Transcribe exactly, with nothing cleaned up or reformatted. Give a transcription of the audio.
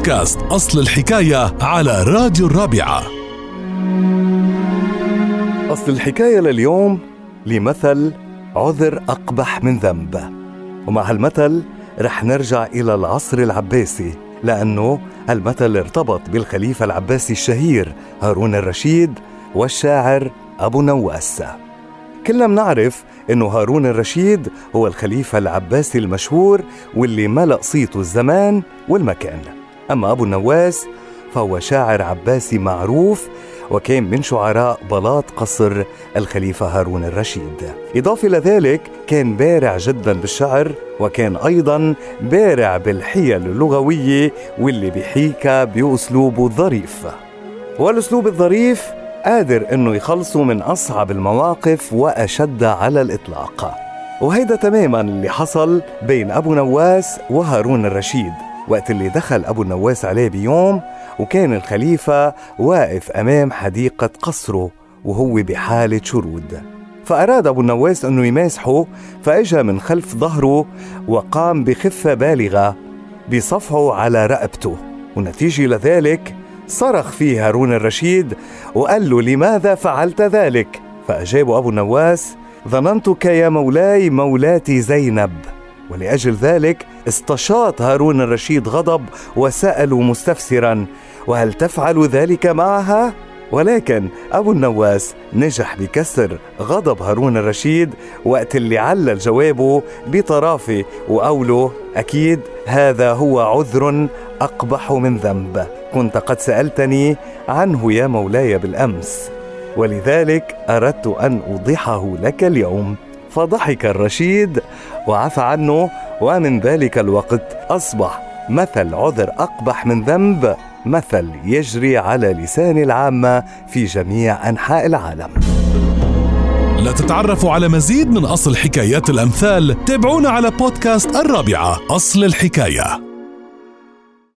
بودكاست أصل الحكاية على راديو الرابعة. أصل الحكاية لليوم لمثل عذر أقبح من ذنب، ومع هالمثل رح نرجع إلى العصر العباسي، لأنه المثل ارتبط بالخليفة العباسي الشهير هارون الرشيد والشاعر أبو نواس. كلنا منعرف إنه هارون الرشيد هو الخليفة العباسي المشهور واللي ملأ صيته الزمان والمكان. أما أبو نواس فهو شاعر عباسي معروف، وكان من شعراء بلاط قصر الخليفة هارون الرشيد. إضافة لذلك كان بارع جدا بالشعر، وكان أيضا بارع بالحيل اللغوية واللي بيحيكها بأسلوبه الظريف. والأسلوب الظريف قادر إنه يخلصه من أصعب المواقف وأشد على الإطلاق. وهيدا تماما اللي حصل بين أبو نواس وهارون الرشيد، وقت اللي دخل أبو نواس عليه بيوم وكان الخليفة واقف أمام حديقة قصره وهو بحالة شرود. فأراد أبو نواس أنه يماسحه، فأجى من خلف ظهره وقام بخفة بالغة بصفعه على رقبته، ونتيجة لذلك صرخ فيه هارون الرشيد وقال له: لماذا فعلت ذلك؟ فأجاب أبو نواس: ظننتك يا مولاي مولاتي زينب. ولأجل ذلك استشاط هارون الرشيد غضب وسأل مستفسرا: وهل تفعل ذلك معها؟ ولكن أبو النواس نجح بكسر غضب هارون الرشيد وقت اللي علل جوابه بطرافة وقوله: أكيد هذا هو عذر أقبح من ذنب، كنت قد سألتني عنه يا مولاي بالأمس، ولذلك أردت أن أوضحه لك اليوم. فضحك الرشيد وعفى عنه، ومن ذلك الوقت أصبح مثل عذر أقبح من ذنب مثل يجري على لسان العامة في جميع أنحاء العالم. لا تتعرفوا على مزيد من أصل حكايات الأمثال؟ تابعونا على بودكاست الرابعة أصل الحكاية.